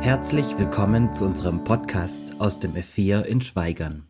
Herzlich willkommen zu unserem Podcast aus dem F4 in Schweigern.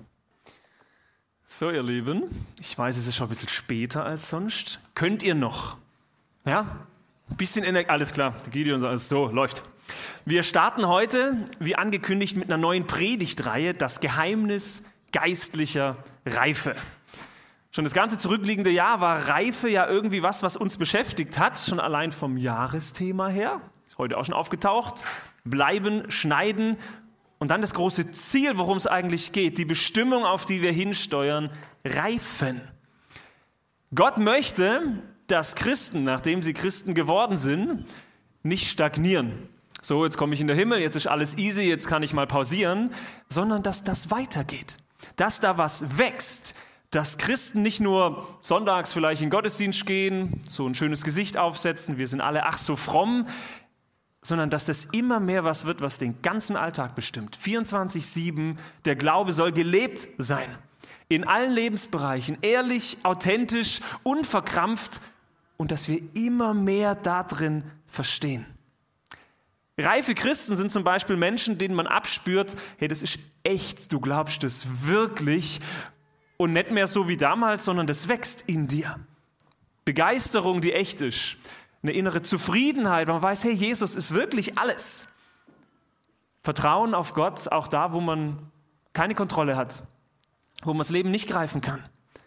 So, ihr Lieben, ich weiß, es ist schon ein bisschen später als sonst. Könnt ihr noch? Ja? Ein bisschen Energie, alles klar, die Gideon sagt, so, läuft. Wir starten heute, wie angekündigt, mit einer neuen Predigtreihe, das Geheimnis geistlicher Reife. Schon das ganze zurückliegende Jahr war Reife ja irgendwie was uns beschäftigt hat, schon allein vom Jahresthema her. Ist heute auch schon aufgetaucht. Bleiben, schneiden und dann das große Ziel, worum es eigentlich geht, die Bestimmung, auf die wir hinsteuern, reifen. Gott möchte, dass Christen, nachdem sie Christen geworden sind, nicht stagnieren. So, jetzt komme ich in den Himmel, jetzt ist alles easy, jetzt kann ich mal pausieren, sondern dass das weitergeht, dass da was wächst, dass Christen nicht nur sonntags vielleicht in den Gottesdienst gehen, so ein schönes Gesicht aufsetzen, wir sind alle ach so fromm, sondern dass das immer mehr was wird, was den ganzen Alltag bestimmt. 24/7, der Glaube soll gelebt sein. In allen Lebensbereichen, ehrlich, authentisch, unverkrampft und dass wir immer mehr darin verstehen. Reife Christen sind zum Beispiel Menschen, denen man abspürt, hey, das ist echt, du glaubst das wirklich und nicht mehr so wie damals, sondern das wächst in dir. Begeisterung, die echt ist. Eine innere Zufriedenheit, man weiß, hey, Jesus ist wirklich alles. Vertrauen auf Gott, auch da, wo man keine Kontrolle hat, wo man das Leben nicht greifen kann.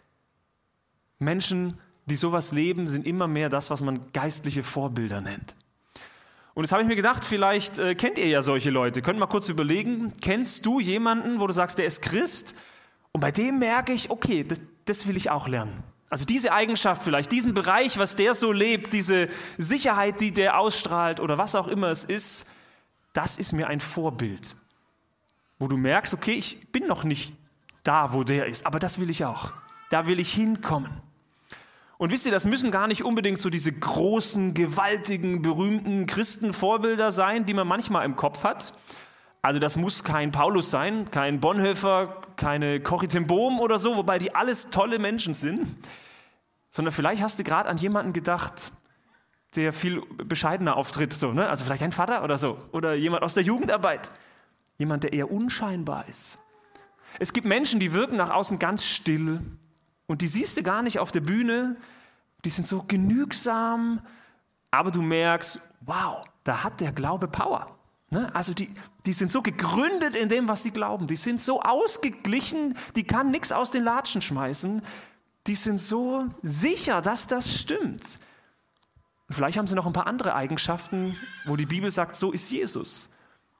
Menschen, die sowas leben, sind immer mehr das, was man geistliche Vorbilder nennt. Und jetzt habe ich mir gedacht, vielleicht kennt ihr ja solche Leute. Könnt mal kurz überlegen, kennst du jemanden, wo du sagst, der ist Christ? Und bei dem merke ich, okay, das will ich auch lernen. Also diese Eigenschaft vielleicht, diesen Bereich, was der so lebt, diese Sicherheit, die der ausstrahlt oder was auch immer es ist, das ist mir ein Vorbild. Wo du merkst, okay, ich bin noch nicht da, wo der ist, aber das will ich auch. Da will ich hinkommen. Und wisst ihr, das müssen gar nicht unbedingt so diese großen, gewaltigen, berühmten Christenvorbilder sein, die man manchmal im Kopf hat. Also das muss kein Paulus sein, kein Bonhoeffer, keine Corrie ten Boom oder so, wobei die alles tolle Menschen sind, sondern vielleicht hast du gerade an jemanden gedacht, der viel bescheidener auftritt, so, ne? Also vielleicht ein Vater oder so, oder jemand aus der Jugendarbeit, jemand, der eher unscheinbar ist. Es gibt Menschen, die wirken nach außen ganz still und die siehst du gar nicht auf der Bühne, die sind so genügsam, aber du merkst, wow, da hat der Glaube Power. Also die sind so gegründet in dem, was sie glauben. Die sind so ausgeglichen, die kann nichts aus den Latschen schmeißen. Die sind so sicher, dass das stimmt. Und vielleicht haben sie noch ein paar andere Eigenschaften, wo die Bibel sagt, so ist Jesus.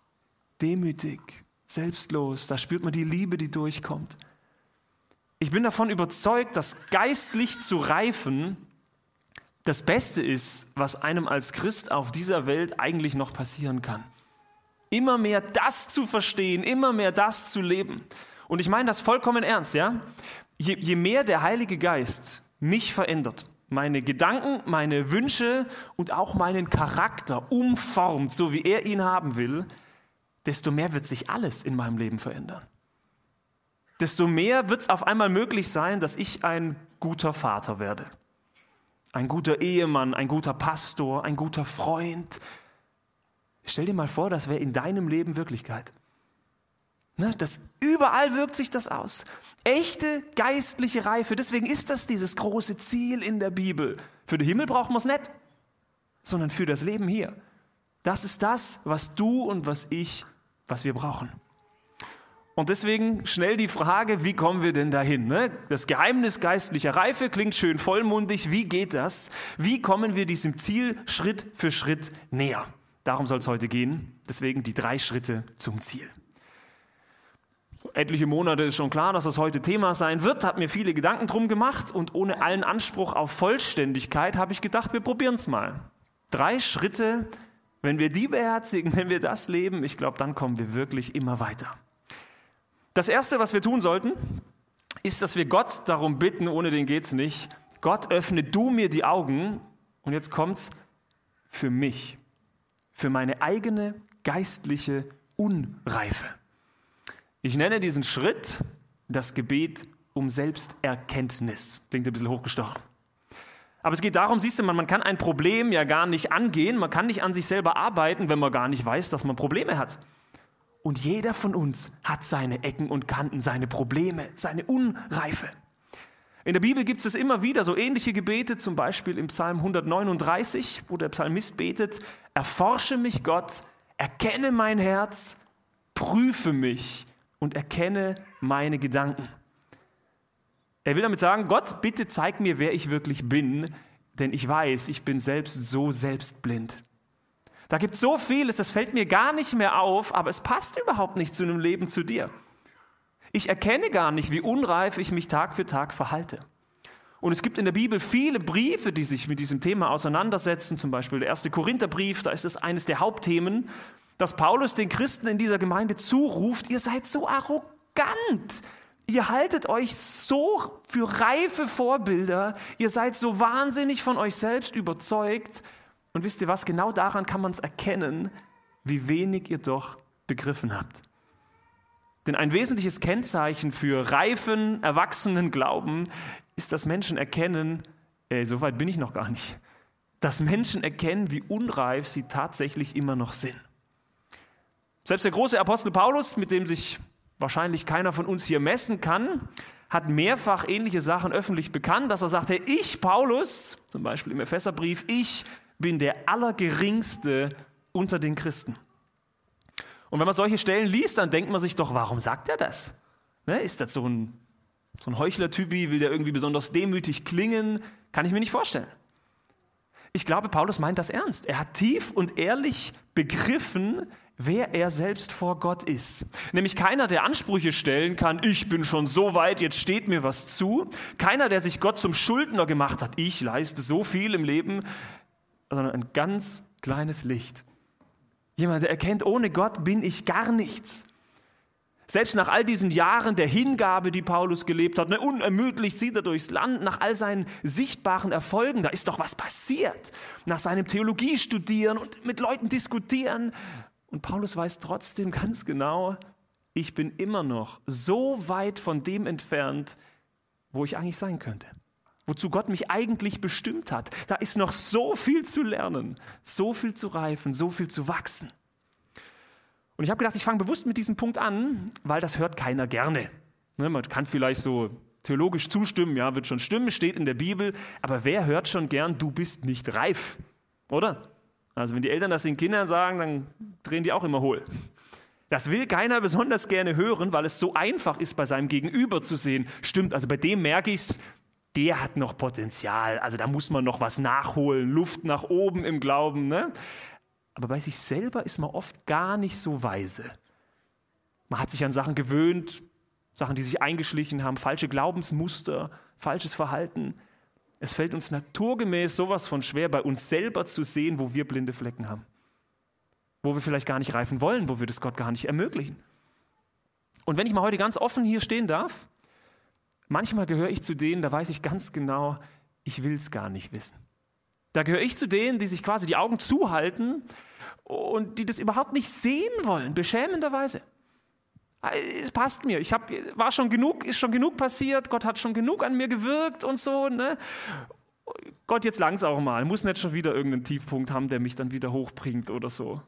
Demütig, selbstlos, da spürt man die Liebe, die durchkommt. Ich bin davon überzeugt, dass geistlich zu reifen das Beste ist, was einem als Christ auf dieser Welt eigentlich noch passieren kann. Immer mehr das zu verstehen, immer mehr das zu leben. Und ich meine das vollkommen ernst, ja? Je mehr der Heilige Geist mich verändert, meine Gedanken, meine Wünsche und auch meinen Charakter umformt, so wie er ihn haben will, desto mehr wird sich alles in meinem Leben verändern. Desto mehr wird es auf einmal möglich sein, dass ich ein guter Vater werde. Ein guter Ehemann, ein guter Pastor, ein guter Freund. Stell dir mal vor, das wäre in deinem Leben Wirklichkeit. Überall wirkt sich das aus. Echte geistliche Reife, deswegen ist das dieses große Ziel in der Bibel. Für den Himmel brauchen wir es nicht, sondern für das Leben hier. Das ist das, was du und was wir brauchen. Und deswegen schnell die Frage, wie kommen wir denn dahin? Das Geheimnis geistlicher Reife klingt schön vollmundig. Wie geht das? Wie kommen wir diesem Ziel Schritt für Schritt näher? Darum soll es heute gehen, deswegen die 3 Schritte zum Ziel. Etliche Monate ist schon klar, dass das heute Thema sein wird, habe mir viele Gedanken drum gemacht und ohne allen Anspruch auf Vollständigkeit habe ich gedacht, wir probieren es mal. 3 Schritte, wenn wir die beherzigen, wenn wir das leben, ich glaube, dann kommen wir wirklich immer weiter. Das Erste, was wir tun sollten, ist, dass wir Gott darum bitten, ohne den geht's nicht, Gott, öffne du mir die Augen und jetzt kommt's für mich. Für meine eigene geistliche Unreife. Ich nenne diesen Schritt das Gebet um Selbsterkenntnis. Klingt ein bisschen hochgestochen. Aber es geht darum, siehst du, man kann ein Problem ja gar nicht angehen, man kann nicht an sich selber arbeiten, wenn man gar nicht weiß, dass man Probleme hat. Und jeder von uns hat seine Ecken und Kanten, seine Probleme, seine Unreife. In der Bibel gibt es immer wieder so ähnliche Gebete, zum Beispiel im Psalm 139, wo der Psalmist betet: Erforsche mich, Gott, erkenne mein Herz, prüfe mich und erkenne meine Gedanken. Er will damit sagen: Gott, bitte zeig mir, wer ich wirklich bin, denn ich weiß, ich bin selbst so selbstblind. Da gibt es so vieles, das fällt mir gar nicht mehr auf, aber es passt überhaupt nicht zu einem Leben zu dir. Ich erkenne gar nicht, wie unreif ich mich Tag für Tag verhalte. Und es gibt in der Bibel viele Briefe, die sich mit diesem Thema auseinandersetzen, zum Beispiel der 1. Korintherbrief, da ist es eines der Hauptthemen, dass Paulus den Christen in dieser Gemeinde zuruft: Ihr seid so arrogant, ihr haltet euch so für reife Vorbilder, ihr seid so wahnsinnig von euch selbst überzeugt. Und wisst ihr was, genau daran kann man es erkennen, wie wenig ihr doch begriffen habt. Denn ein wesentliches Kennzeichen für reifen, erwachsenen Glauben ist, dass Menschen erkennen, so weit bin ich noch gar nicht, dass Menschen erkennen, wie unreif sie tatsächlich immer noch sind. Selbst der große Apostel Paulus, mit dem sich wahrscheinlich keiner von uns hier messen kann, hat mehrfach ähnliche Sachen öffentlich bekannt, dass er sagt: Hey, ich, Paulus, zum Beispiel im Epheserbrief, ich bin der Allergeringste unter den Christen. Und wenn man solche Stellen liest, dann denkt man sich doch: Warum sagt er das? Ne? Ist das so ein Heuchler-Typi, will der irgendwie besonders demütig klingen? Kann ich mir nicht vorstellen. Ich glaube, Paulus meint das ernst. Er hat tief und ehrlich begriffen, wer er selbst vor Gott ist. Nämlich keiner, der Ansprüche stellen kann: Ich bin schon so weit, jetzt steht mir was zu. Keiner, der sich Gott zum Schuldner gemacht hat: Ich leiste so viel im Leben. Sondern ein ganz kleines Licht. Jemand, der erkennt, ohne Gott bin ich gar nichts. Selbst nach all diesen Jahren der Hingabe, die Paulus gelebt hat, unermüdlich zieht er durchs Land, nach all seinen sichtbaren Erfolgen, da ist doch was passiert. Nach seinem Theologiestudieren und mit Leuten diskutieren. Und Paulus weiß trotzdem ganz genau, ich bin immer noch so weit von dem entfernt, wo ich eigentlich sein könnte. Wozu Gott mich eigentlich bestimmt hat. Da ist noch so viel zu lernen, so viel zu reifen, so viel zu wachsen. Und ich habe gedacht, ich fange bewusst mit diesem Punkt an, weil das hört keiner gerne. Man kann vielleicht so theologisch zustimmen, ja, wird schon stimmen, steht in der Bibel, aber wer hört schon gern: Du bist nicht reif, oder? Also wenn die Eltern das den Kindern sagen, dann drehen die auch immer hohl. Das will keiner besonders gerne hören, weil es so einfach ist, bei seinem Gegenüber zu sehen: Stimmt, also bei dem merke ich es, der hat noch Potenzial, also da muss man noch was nachholen, Luft nach oben im Glauben. Ne? Aber bei sich selber ist man oft gar nicht so weise. Man hat sich an Sachen gewöhnt, Sachen, die sich eingeschlichen haben, falsche Glaubensmuster, falsches Verhalten. Es fällt uns naturgemäß sowas von schwer, bei uns selber zu sehen, wo wir blinde Flecken haben. Wo wir vielleicht gar nicht reifen wollen, wo wir das Gott gar nicht ermöglichen. Und wenn ich mal heute ganz offen hier stehen darf, manchmal gehöre ich zu denen, da weiß ich ganz genau, ich will es gar nicht wissen. Da gehöre ich zu denen, die sich quasi die Augen zuhalten und die das überhaupt nicht sehen wollen, beschämenderweise. Es passt mir, ist schon genug passiert, Gott hat schon genug an mir gewirkt und so. Ne? Gott, jetzt lang's auch mal, muss nicht schon wieder irgendeinen Tiefpunkt haben, der mich dann wieder hochbringt oder so.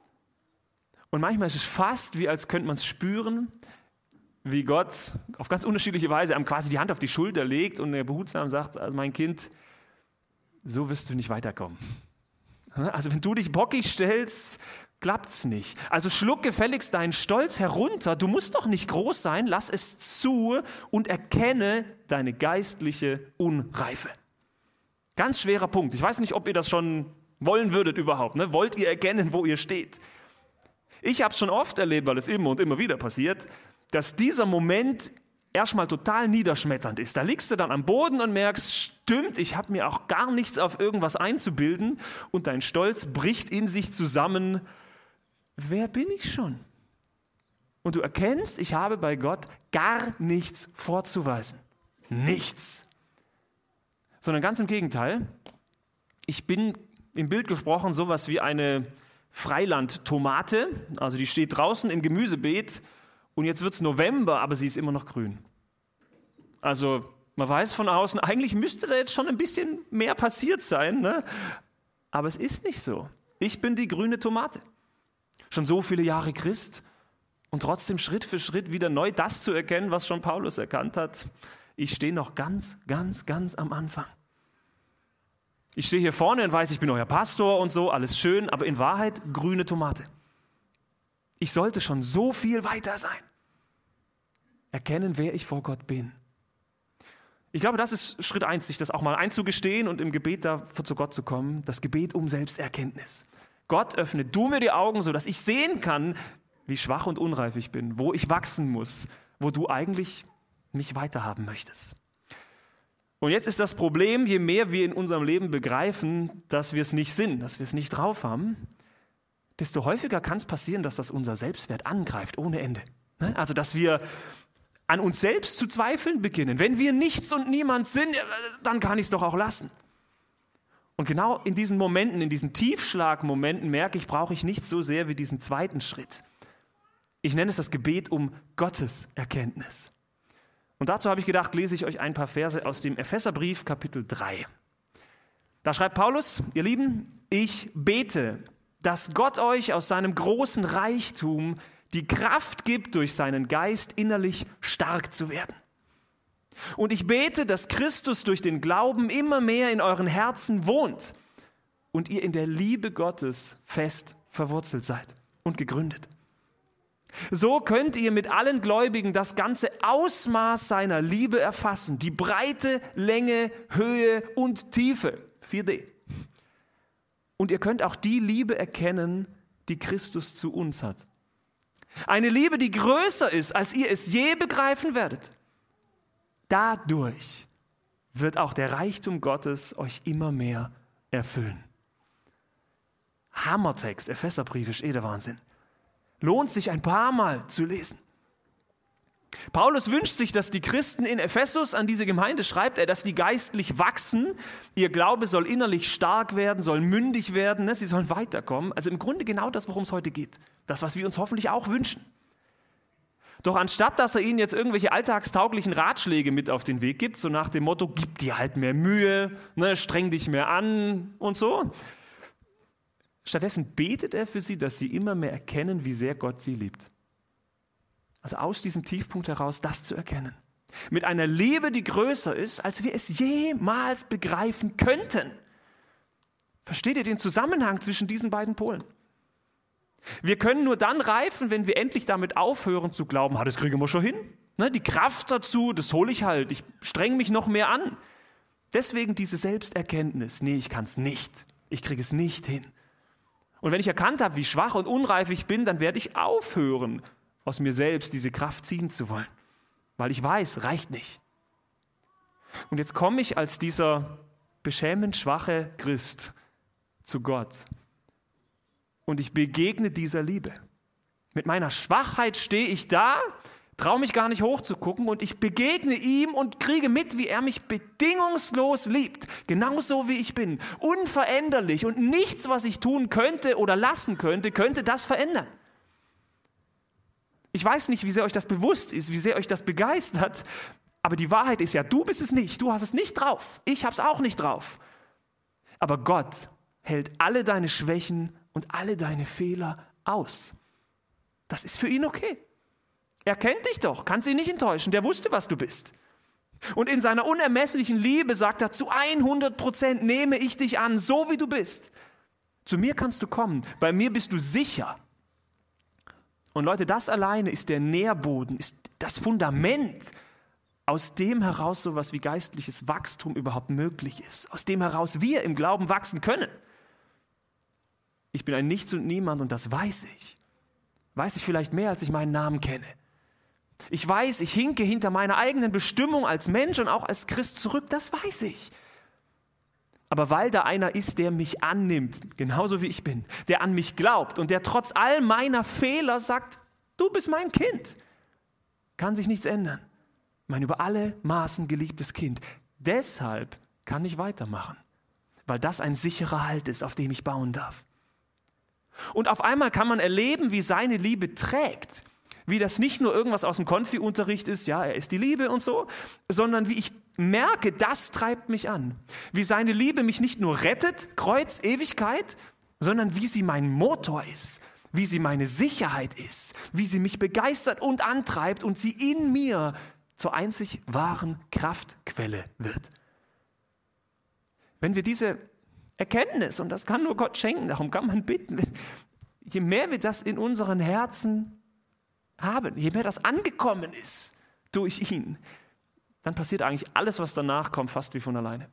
Und manchmal ist es fast, wie als könnte man es spüren, wie Gott auf ganz unterschiedliche Weise einem quasi die Hand auf die Schulter legt und er behutsam sagt: Also mein Kind, so wirst du nicht weiterkommen. Also wenn du dich bockig stellst, klappt's nicht. Also schluck gefälligst deinen Stolz herunter. Du musst doch nicht groß sein, lass es zu und erkenne deine geistliche Unreife. Ganz schwerer Punkt. Ich weiß nicht, ob ihr das schon wollen würdet überhaupt. Ne? Wollt ihr erkennen, wo ihr steht? Ich habe es schon oft erlebt, weil es immer und immer wieder passiert, dass dieser Moment erstmal total niederschmetternd ist. Da liegst du dann am Boden und merkst, stimmt, ich habe mir auch gar nichts auf irgendwas einzubilden und dein Stolz bricht in sich zusammen. Wer bin ich schon? Und du erkennst, ich habe bei Gott gar nichts vorzuweisen. Nichts. Sondern ganz im Gegenteil, ich bin im Bild gesprochen sowas wie eine Freiland-Tomate, also die steht draußen im Gemüsebeet und jetzt wird es November, aber sie ist immer noch grün. Also Man weiß von außen, eigentlich müsste da jetzt schon ein bisschen mehr passiert sein, ne? Aber es ist nicht so. Ich bin die grüne Tomate. Schon so viele Jahre Christ und trotzdem Schritt für Schritt wieder neu das zu erkennen, was schon Paulus erkannt hat. Ich stehe noch ganz am Anfang. Ich stehe hier vorne und weiß, ich bin euer Pastor und so, alles schön, aber in Wahrheit grüne Tomate. Ich sollte schon so viel weiter sein. Erkennen, wer ich vor Gott bin. Ich glaube, das ist Schritt 1, sich das auch mal einzugestehen und im Gebet dafür zu Gott zu kommen. Das Gebet um Selbsterkenntnis. Gott, öffne du mir die Augen, sodass ich sehen kann, wie schwach und unreif ich bin, wo ich wachsen muss, wo du eigentlich mich weiterhaben möchtest. Und jetzt ist das Problem, je mehr wir in unserem Leben begreifen, dass wir es nicht sind, dass wir es nicht drauf haben, desto häufiger kann es passieren, dass das unser Selbstwert angreift, ohne Ende. Also, dass wir an uns selbst zu zweifeln beginnen. Wenn wir nichts und niemand sind, dann kann ich es doch auch lassen. Und genau in diesen Momenten, in diesen Tiefschlagmomenten merke ich, brauche ich nicht so sehr wie diesen zweiten Schritt. Ich nenne es das Gebet um Gottes Erkenntnis. Und dazu habe ich gedacht, lese ich euch ein paar Verse aus dem Epheserbrief, Kapitel 3. Da schreibt Paulus, ihr Lieben, ich bete, dass Gott euch aus seinem großen Reichtum die Kraft gibt, durch seinen Geist innerlich stark zu werden. Und ich bete, dass Christus durch den Glauben immer mehr in euren Herzen wohnt und ihr in der Liebe Gottes fest verwurzelt seid und gegründet. So könnt ihr mit allen Gläubigen das ganze Ausmaß seiner Liebe erfassen, die Breite, Länge, Höhe und Tiefe, 4D. Und ihr könnt auch die Liebe erkennen, die Christus zu uns hat. Eine Liebe, die größer ist, als ihr es je begreifen werdet. Dadurch wird auch der Reichtum Gottes euch immer mehr erfüllen. Hammertext, Epheserbrief ist der Wahnsinn. Lohnt sich ein paar Mal zu lesen. Paulus wünscht sich, dass die Christen in Ephesus, an diese Gemeinde schreibt er, dass die geistlich wachsen. Ihr Glaube soll innerlich stark werden, soll mündig werden, sie sollen weiterkommen. Also im Grunde genau das, worum es heute geht. Das, was wir uns hoffentlich auch wünschen. Doch anstatt, dass er ihnen jetzt irgendwelche alltagstauglichen Ratschläge mit auf den Weg gibt, so nach dem Motto, gib dir halt mehr Mühe, streng dich mehr an und so. Stattdessen betet er für sie, dass sie immer mehr erkennen, wie sehr Gott sie liebt. Also aus diesem Tiefpunkt heraus das zu erkennen. Mit einer Liebe, die größer ist, als wir es jemals begreifen könnten. Versteht ihr den Zusammenhang zwischen diesen beiden Polen? Wir können nur dann reifen, wenn wir endlich damit aufhören zu glauben, das kriegen wir schon hin. Die Kraft dazu, das hole ich halt, ich streng mich noch mehr an. Deswegen diese Selbsterkenntnis, ich kann es nicht, ich kriege es nicht hin. Und wenn ich erkannt habe, wie schwach und unreif ich bin, dann werde ich aufhören, aus mir selbst diese Kraft ziehen zu wollen. Weil ich weiß, reicht nicht. Und jetzt komme ich als dieser beschämend schwache Christ zu Gott. Und ich begegne dieser Liebe. Mit meiner Schwachheit stehe ich da, traue mich gar nicht hochzugucken und ich begegne ihm und kriege mit, wie er mich bedingungslos liebt. Genauso wie ich bin. Unveränderlich und nichts, was ich tun könnte oder lassen könnte, könnte das verändern. Ich weiß nicht, wie sehr euch das bewusst ist, wie sehr euch das begeistert, aber die Wahrheit ist ja, du bist es nicht, du hast es nicht drauf, ich habe es auch nicht drauf. Aber Gott hält alle deine Schwächen und alle deine Fehler aus. Das ist für ihn okay. Er kennt dich doch, kann sie nicht enttäuschen, der wusste, was du bist. Und in seiner unermesslichen Liebe sagt er, zu 100% nehme ich dich an, so wie du bist. Zu mir kannst du kommen, bei mir bist du sicher. Und Leute, das alleine ist der Nährboden, ist das Fundament, aus dem heraus sowas wie geistliches Wachstum überhaupt möglich ist, aus dem heraus wir im Glauben wachsen können. Ich bin ein Nichts und Niemand und das weiß ich. Weiß ich vielleicht mehr, als ich meinen Namen kenne. Ich weiß, ich hinke hinter meiner eigenen Bestimmung als Mensch und auch als Christ zurück, das weiß ich. Aber weil da einer ist, der mich annimmt, genauso wie ich bin, der an mich glaubt und der trotz all meiner Fehler sagt, du bist mein Kind, kann sich nichts ändern. Mein über alle Maßen geliebtes Kind. Deshalb kann ich weitermachen, weil das ein sicherer Halt ist, auf dem ich bauen darf. Und auf einmal kann man erleben, wie seine Liebe trägt, wie das nicht nur irgendwas aus dem Konfi-Unterricht ist, ja, er ist die Liebe und so, sondern wie ich merke, das treibt mich an. Wie seine Liebe mich nicht nur rettet, Kreuz, Ewigkeit, sondern wie sie mein Motor ist, wie sie meine Sicherheit ist, wie sie mich begeistert und antreibt und sie in mir zur einzig wahren Kraftquelle wird. Wenn wir diese Erkenntnis, und das kann nur Gott schenken, darum kann man bitten, je mehr wir das in unseren Herzen haben, je mehr das angekommen ist durch ihn, dann passiert eigentlich alles, was danach kommt, fast wie von alleine.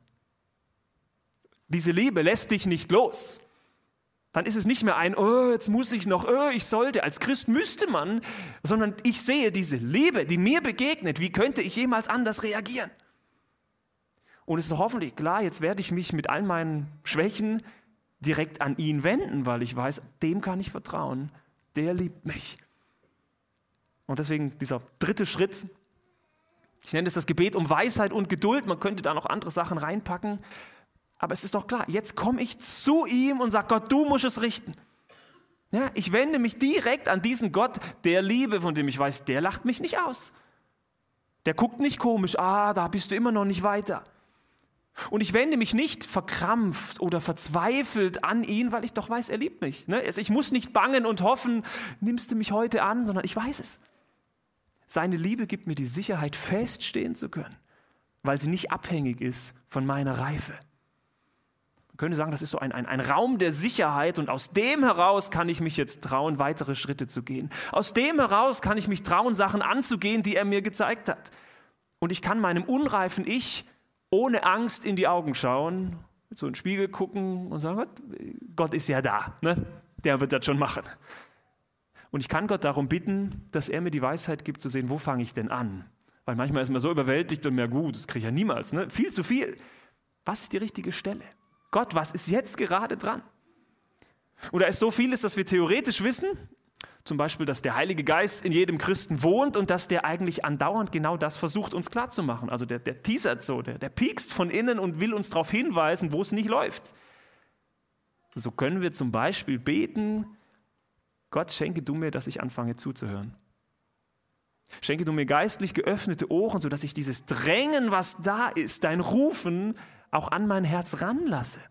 Diese Liebe lässt dich nicht los. Dann ist es nicht mehr ein, oh, jetzt muss ich noch, oh, ich sollte, als Christ müsste man, sondern ich sehe diese Liebe, die mir begegnet. Wie könnte ich jemals anders reagieren? Und es ist doch hoffentlich klar, jetzt werde ich mich mit all meinen Schwächen direkt an ihn wenden, weil ich weiß, dem kann ich vertrauen, der liebt mich. Und deswegen dieser dritte Schritt, ich nenne es das Gebet um Weisheit und Geduld, man könnte da noch andere Sachen reinpacken, aber es ist doch klar, jetzt komme ich zu ihm und sage, Gott, du musst es richten. Ja, ich wende mich direkt an diesen Gott der Liebe, von dem ich weiß, der lacht mich nicht aus. Der guckt nicht komisch, da bist du immer noch nicht weiter. Und ich wende mich nicht verkrampft oder verzweifelt an ihn, weil ich doch weiß, er liebt mich. Also ich muss nicht bangen und hoffen, nimmst du mich heute an, sondern ich weiß es. Seine Liebe gibt mir die Sicherheit, feststehen zu können, weil sie nicht abhängig ist von meiner Reife. Man könnte sagen, das ist so ein Raum der Sicherheit und aus dem heraus kann ich mich jetzt trauen, weitere Schritte zu gehen. Aus dem heraus kann ich mich trauen, Sachen anzugehen, die er mir gezeigt hat. Und ich kann meinem unreifen Ich ohne Angst in die Augen schauen, so in den Spiegel gucken und sagen, Gott ist ja da, ne? Der wird das schon machen. Und ich kann Gott darum bitten, dass er mir die Weisheit gibt, zu sehen, wo fange ich denn an? Weil manchmal ist man so überwältigt und mehr gut, das kriege ich ja niemals, ne? Viel zu viel. Was ist die richtige Stelle? Gott, was ist jetzt gerade dran? Und da ist so vieles, dass wir theoretisch wissen, zum Beispiel, dass der Heilige Geist in jedem Christen wohnt und dass der eigentlich andauernd genau das versucht, uns klarzumachen. Also der teasert so, der piekst von innen und will uns darauf hinweisen, wo es nicht läuft. So können wir zum Beispiel beten, Gott, schenke du mir, dass ich anfange zuzuhören. Schenke du mir geistlich geöffnete Ohren, sodass ich dieses Drängen, was da ist, dein Rufen, auch an mein Herz ranlasse.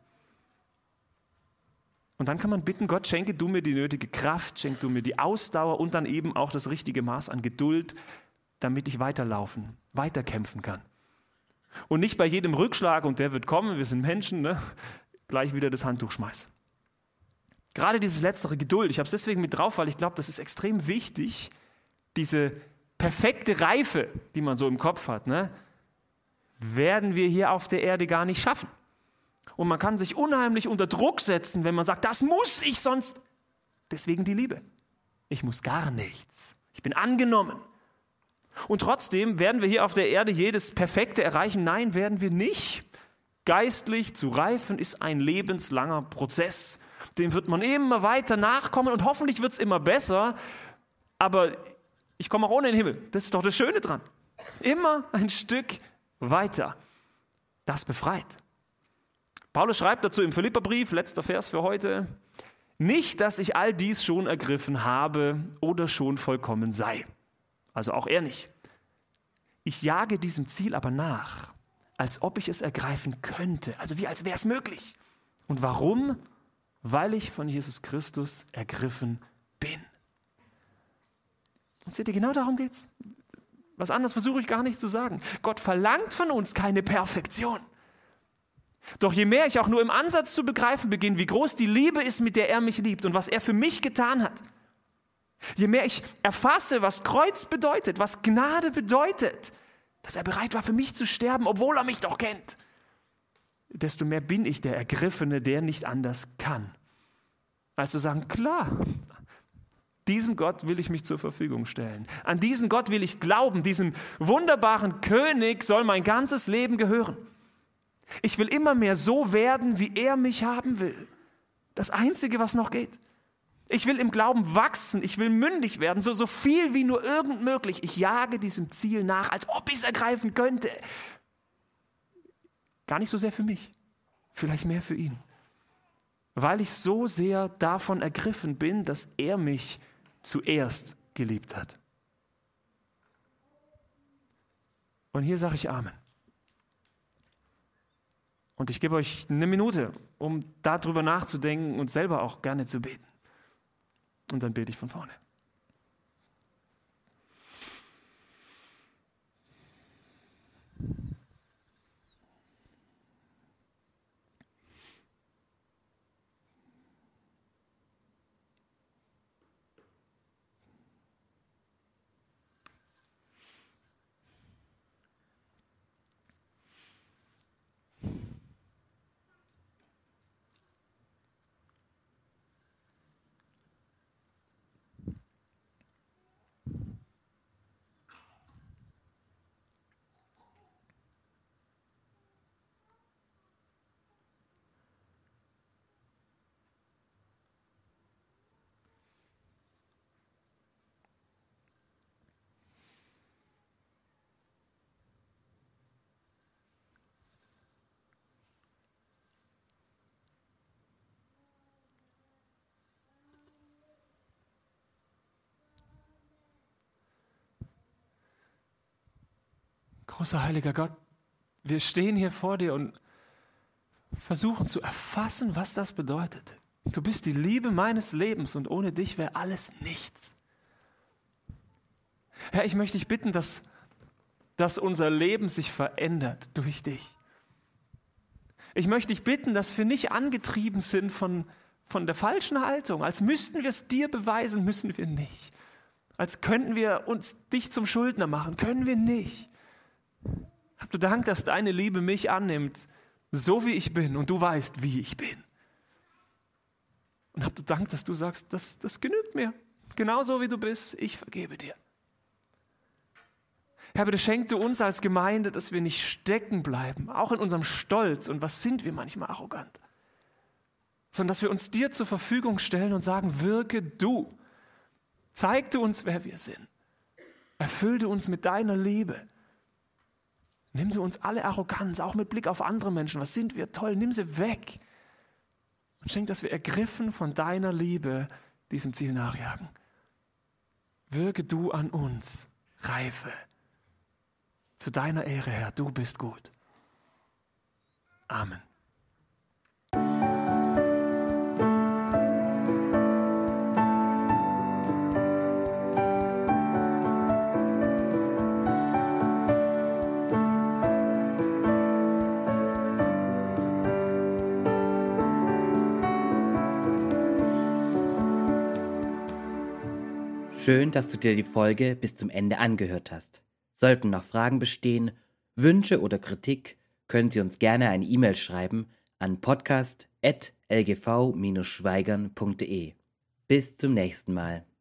Und dann kann man bitten, Gott, schenke du mir die nötige Kraft, schenke du mir die Ausdauer und dann eben auch das richtige Maß an Geduld, damit ich weiterlaufen, weiterkämpfen kann. Und nicht bei jedem Rückschlag, und der wird kommen, wir sind Menschen, ne, gleich wieder das Handtuch schmeißen. Gerade dieses letztere Geduld, ich habe es deswegen mit drauf, weil ich glaube, das ist extrem wichtig, diese perfekte Reife, die man so im Kopf hat, ne, werden wir hier auf der Erde gar nicht schaffen. Und man kann sich unheimlich unter Druck setzen, wenn man sagt, das muss ich sonst. Deswegen die Liebe. Ich muss gar nichts. Ich bin angenommen. Und trotzdem werden wir hier auf der Erde jedes Perfekte erreichen. Nein, werden wir nicht. Geistlich zu reifen ist ein lebenslanger Prozess. Dem wird man immer weiter nachkommen und hoffentlich wird es immer besser. Aber ich komme auch ohne den Himmel. Das ist doch das Schöne dran. Immer ein Stück weiter. Das befreit. Paulus schreibt dazu im Philipperbrief, letzter Vers für heute, nicht, dass ich all dies schon ergriffen habe oder schon vollkommen sei. Also auch er nicht. Ich jage diesem Ziel aber nach, als ob ich es ergreifen könnte, also wie als wäre es möglich. Und warum? Weil ich von Jesus Christus ergriffen bin. Und seht ihr, genau darum geht's. Was anderes versuche ich gar nicht zu sagen. Gott verlangt von uns keine Perfektion. Doch je mehr ich auch nur im Ansatz zu begreifen beginne, wie groß die Liebe ist, mit der er mich liebt und was er für mich getan hat, je mehr ich erfasse, was Kreuz bedeutet, was Gnade bedeutet, dass er bereit war, für mich zu sterben, obwohl er mich doch kennt, desto mehr bin ich der Ergriffene, der nicht anders kann, als zu sagen, klar, diesem Gott will ich mich zur Verfügung stellen. An diesen Gott will ich glauben, diesem wunderbaren König soll mein ganzes Leben gehören. Ich will immer mehr so werden, wie er mich haben will. Das Einzige, was noch geht. Ich will im Glauben wachsen, ich will mündig werden, so viel wie nur irgend möglich. Ich jage diesem Ziel nach, als ob ich es ergreifen könnte. Gar nicht so sehr für mich, vielleicht mehr für ihn. Weil ich so sehr davon ergriffen bin, dass er mich zuerst geliebt hat. Und hier sage ich Amen. Und ich gebe euch eine Minute, um darüber nachzudenken und selber auch gerne zu beten. Und dann bete ich von vorne. Großer heiliger Gott, wir stehen hier vor dir und versuchen zu erfassen, was das bedeutet. Du bist die Liebe meines Lebens und ohne dich wäre alles nichts. Herr, ich möchte dich bitten, dass unser Leben sich verändert durch dich. Ich möchte dich bitten, dass wir nicht angetrieben sind von der falschen Haltung. Als müssten wir es dir beweisen, müssen wir nicht. Als könnten wir uns dich zum Schuldner machen, können wir nicht. Hab du Dank, dass deine Liebe mich annimmt, so wie ich bin und du weißt, wie ich bin. Und hab du Dank, dass du sagst, das genügt mir. Genauso wie du bist, ich vergebe dir. Herr, bitte schenk du uns als Gemeinde, dass wir nicht stecken bleiben, auch in unserem Stolz. Und was sind wir manchmal arrogant? Sondern dass wir uns dir zur Verfügung stellen und sagen, wirke du. Zeig du uns, wer wir sind. Erfüll du uns mit deiner Liebe. Nimm du uns alle Arroganz, auch mit Blick auf andere Menschen. Was sind wir toll? Nimm sie weg. Und schenk, dass wir ergriffen von deiner Liebe diesem Ziel nachjagen. Wirke du an uns, Reife. Zu deiner Ehre, Herr, du bist gut. Amen. Schön, dass du dir die Folge bis zum Ende angehört hast. Sollten noch Fragen bestehen, Wünsche oder Kritik, können Sie uns gerne eine E-Mail schreiben an podcast@lgv-schweigern.de. Bis zum nächsten Mal.